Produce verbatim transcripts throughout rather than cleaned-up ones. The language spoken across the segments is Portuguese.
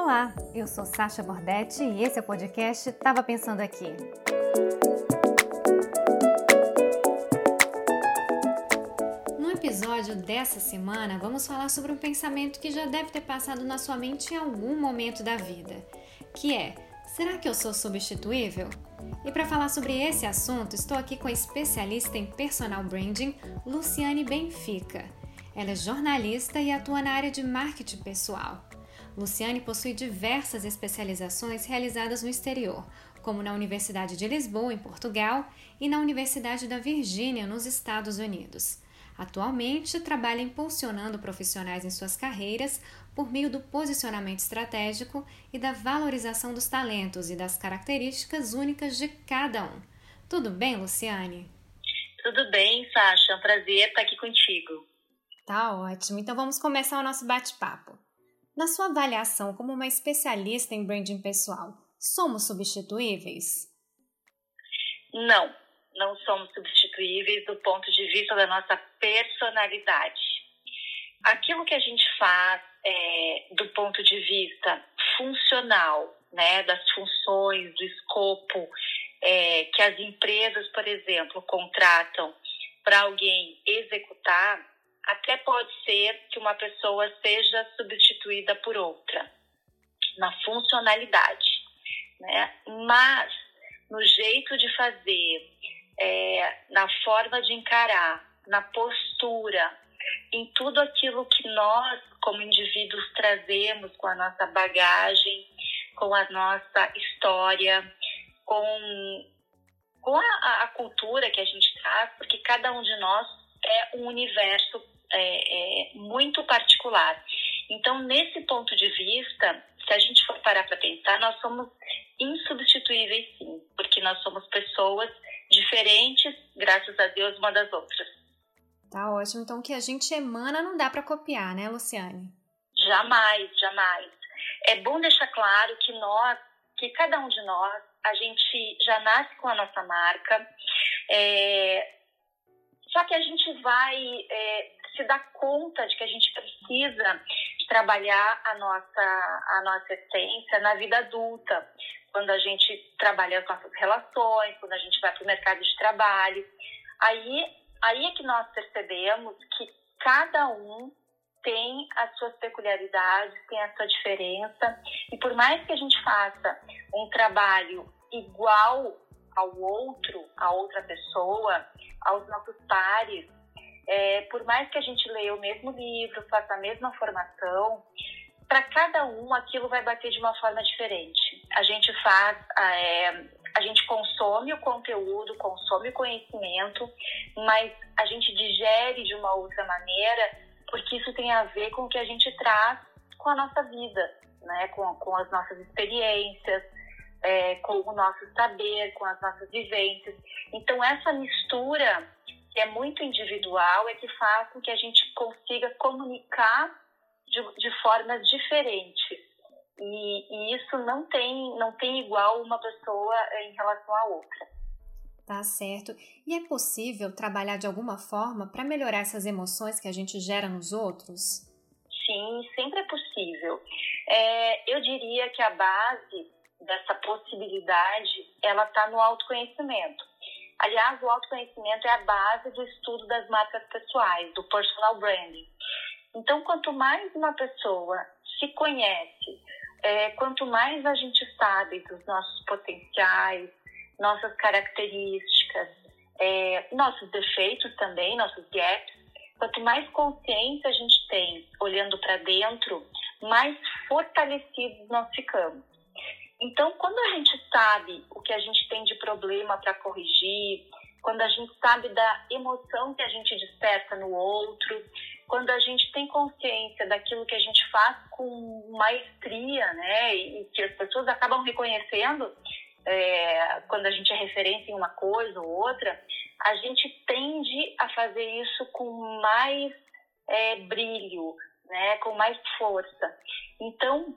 Olá, eu sou Sasha Bordetti e esse é o podcast Tava Pensando Aqui. No episódio dessa semana, vamos falar sobre um pensamento que já deve ter passado na sua mente em algum momento da vida, que é: será que eu sou substituível? E para falar sobre esse assunto, estou aqui com a especialista em personal branding, Luciane Benfica. Ela é jornalista e atua na área de marketing pessoal. Luciane possui diversas especializações realizadas no exterior, como na Universidade de Lisboa, em Portugal, e na Universidade da Virgínia, nos Estados Unidos. Atualmente, trabalha impulsionando profissionais em suas carreiras por meio do posicionamento estratégico e da valorização dos talentos e das características únicas de cada um. Tudo bem, Luciane? Tudo bem, Sasha. É um prazer estar aqui contigo. Tá ótimo. Então vamos começar o nosso bate-papo. Na sua avaliação como uma especialista em branding pessoal, somos substituíveis? Não, não somos substituíveis do ponto de vista da nossa personalidade. Aquilo que a gente faz é, do ponto de vista funcional, né, das funções, do escopo é, que as empresas, por exemplo, contratam para alguém executar, até pode ser que uma pessoa seja substituída por outra, na funcionalidade, né? Mas no jeito de fazer, é, na forma de encarar, na postura, em tudo aquilo que nós, como indivíduos, trazemos com a nossa bagagem, com a nossa história, com, com a, a cultura que a gente traz, porque cada um de nós é um universo É, é, muito particular. Então, nesse ponto de vista, se a gente for parar para pensar, nós somos insubstituíveis, sim, porque nós somos pessoas diferentes, graças a Deus, uma das outras. Tá ótimo. Então, o que a gente emana não dá para copiar, né, Luciane? Jamais, jamais. É bom deixar claro que nós, que cada um de nós, a gente já nasce com a nossa marca, é, só que a gente vai é, se dar conta de que a gente precisa trabalhar a nossa, a nossa essência na vida adulta, quando a gente trabalha as nossas relações, quando a gente vai para o mercado de trabalho. Aí, aí é que nós percebemos que cada um tem as suas peculiaridades, tem a sua diferença, e por mais que a gente faça um trabalho igual ao outro, a outra pessoa, aos nossos pares, é, por mais que a gente leia o mesmo livro, faça a mesma formação, para cada um aquilo vai bater de uma forma diferente. A gente faz, é, a gente consome o conteúdo, consome o conhecimento, mas a gente digere de uma outra maneira, porque isso tem a ver com o que a gente traz com a nossa vida, né? com, com as nossas experiências, É, com o nosso saber, com as nossas vivências. Então, essa mistura, que é muito individual, é que faz com que a gente consiga comunicar de, de formas diferentes. E, e isso não tem, não tem igual uma pessoa em relação à outra. Tá certo. E é possível trabalhar de alguma forma para melhorar essas emoções que a gente gera nos outros? Sim, sempre é possível. É, eu diria que a base dessa possibilidade, ela está no autoconhecimento. Aliás, o autoconhecimento é a base do estudo das marcas pessoais, do personal branding. Então, quanto mais uma pessoa se conhece, é, quanto mais a gente sabe dos nossos potenciais, nossas características, é, nossos defeitos também, nossos gaps, quanto mais consciência a gente tem olhando para dentro, mais fortalecidos nós ficamos. Então, quando a gente sabe o que a gente tem de problema para corrigir, quando a gente sabe da emoção que a gente desperta no outro, quando a gente tem consciência daquilo que a gente faz com maestria, né, e que as pessoas acabam reconhecendo é, quando a gente é referência em uma coisa ou outra, a gente tende a fazer isso com mais é, brilho, né, com mais força. Então,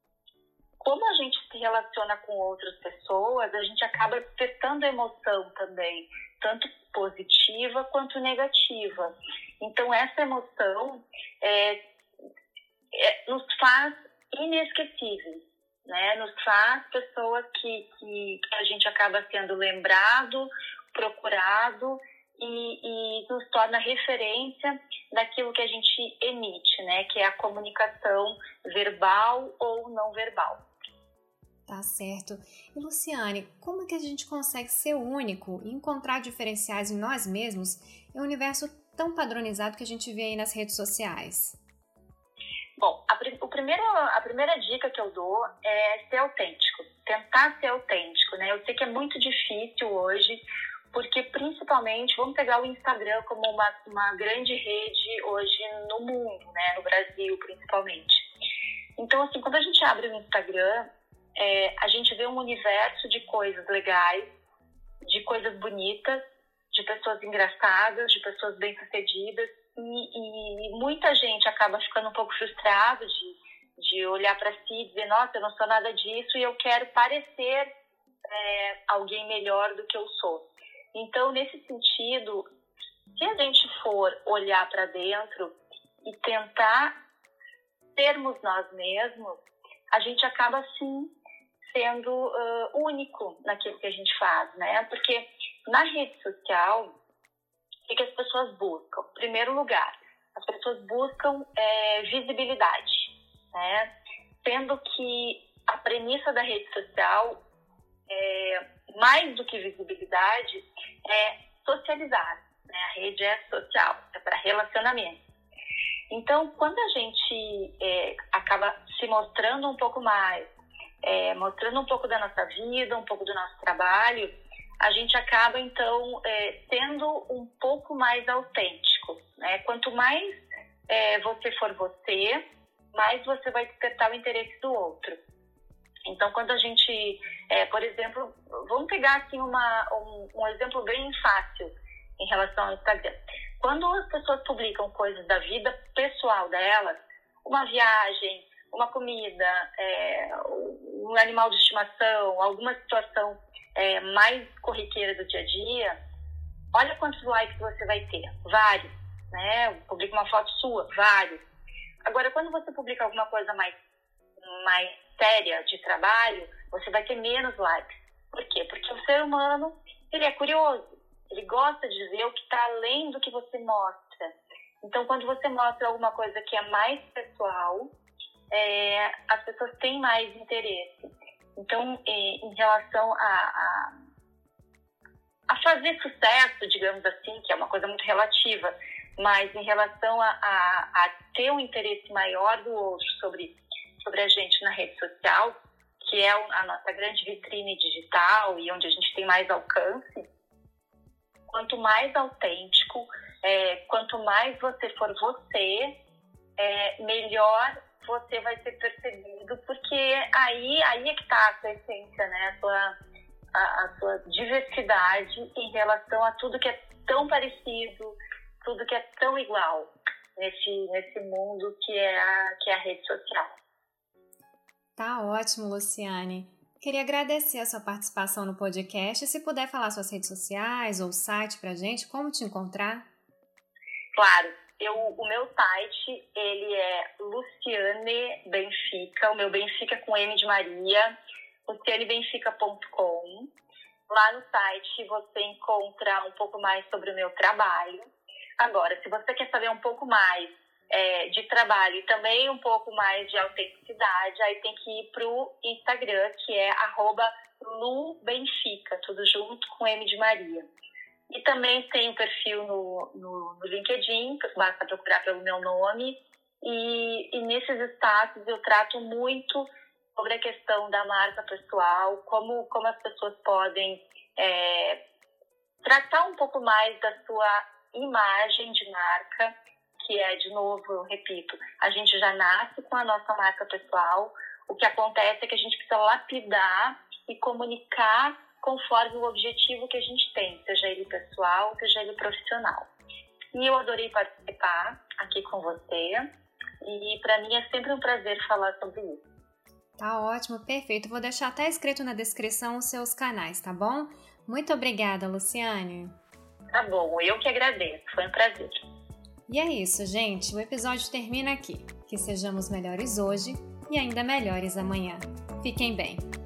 como a gente se relaciona com outras pessoas, a gente acaba testando a emoção também, tanto positiva quanto negativa. Então, essa emoção é, é, nos faz inesquecíveis, né? Nos faz pessoas que, que, que a gente acaba sendo lembrado, procurado e, e nos torna referência daquilo que a gente emite, né? Que é a comunicação verbal ou não verbal. Tá certo. E Luciane, como é que a gente consegue ser único e encontrar diferenciais em nós mesmos em um universo tão padronizado que a gente vê aí nas redes sociais? Bom, a, o primeiro, a primeira dica que eu dou é ser autêntico, tentar ser autêntico, né? Eu sei que é muito difícil hoje, porque principalmente, vamos pegar o Instagram como uma, uma grande rede hoje no mundo, né? No Brasil, principalmente. Então, assim, quando a gente abre o Instagram, é, a gente vê um universo de coisas legais, de coisas bonitas, de pessoas engraçadas, de pessoas bem-sucedidas, e, e muita gente acaba ficando um pouco frustrado de, de olhar para si e dizer, nossa, eu não sou nada disso e eu quero parecer é, alguém melhor do que eu sou. Então, nesse sentido, se a gente for olhar para dentro e tentar sermos nós mesmos, a gente acaba, sim, sendo uh, único naquilo que a gente faz, né? Porque na rede social, o que, que as pessoas buscam? Em primeiro lugar, as pessoas buscam é, visibilidade, né? Sendo que a premissa da rede social, é, mais do que visibilidade, é socializar, né? A rede é social, é para relacionamento. Então, quando a gente é, acaba se mostrando um pouco mais, é, mostrando um pouco da nossa vida, um pouco do nosso trabalho, a gente acaba, então, é, sendo um pouco mais autêntico, né? Quanto mais é, você for você, mais você vai despertar o interesse do outro. Então, quando a gente, é, por exemplo, vamos pegar assim, uma, um, um exemplo bem fácil em relação ao Instagram. Quando as pessoas publicam coisas da vida pessoal delas, uma viagem, uma comida, é, um animal de estimação, alguma situação é, mais corriqueira do dia a dia, olha quantos likes você vai ter. Vários, né? Publica uma foto sua, vários. Agora, quando você publica alguma coisa mais, mais séria de trabalho, você vai ter menos likes. Por quê? Porque o ser humano, ele é curioso. Ele gosta de ver o que está além do que você mostra. Então, quando você mostra alguma coisa que é mais pessoal, é, as pessoas têm mais interesse. Então, em relação a, a, a fazer sucesso, digamos assim, que é uma coisa muito relativa, mas em relação a, a, a ter um interesse maior do outro sobre, sobre a gente na rede social, que é a nossa grande vitrine digital e onde a gente tem mais alcance, quanto mais autêntico, é, quanto mais você for você, é, melhor você vai ser percebido, porque aí, aí é que está a sua essência, né? a, sua, a, a sua diversidade em relação a tudo que é tão parecido, tudo que é tão igual nesse, nesse mundo que é, a, que é a rede social. Tá ótimo, Luciane. Queria agradecer a sua participação no podcast. Se puder falar suas redes sociais ou site pra gente, como te encontrar? Claro. Eu, o meu site, ele é Luciane Benfica, o meu Benfica com M de Maria, luciane benfica ponto com. Lá no site você encontra um pouco mais sobre o meu trabalho. Agora, se você quer saber um pouco mais é, de trabalho e também um pouco mais de autenticidade, aí tem que ir pro Instagram, que é arroba lubenfica, tudo junto com M de Maria. E também tem um perfil no, no, no LinkedIn, basta procurar pelo meu nome. E, e nesses espaços eu trato muito sobre a questão da marca pessoal, como, como as pessoas podem é, tratar um pouco mais da sua imagem de marca, que é, de novo, eu repito, a gente já nasce com a nossa marca pessoal. O que acontece é que a gente precisa lapidar e comunicar conforme o objetivo que a gente tem, seja ele pessoal, seja ele profissional. E eu adorei participar aqui com você, e para mim é sempre um prazer falar sobre isso. Tá ótimo, perfeito. Vou deixar até escrito na descrição os seus canais, tá bom? Muito obrigada, Luciane. Tá bom, eu que agradeço, foi um prazer. E é isso, gente, o episódio termina aqui. Que sejamos melhores hoje e ainda melhores amanhã. Fiquem bem!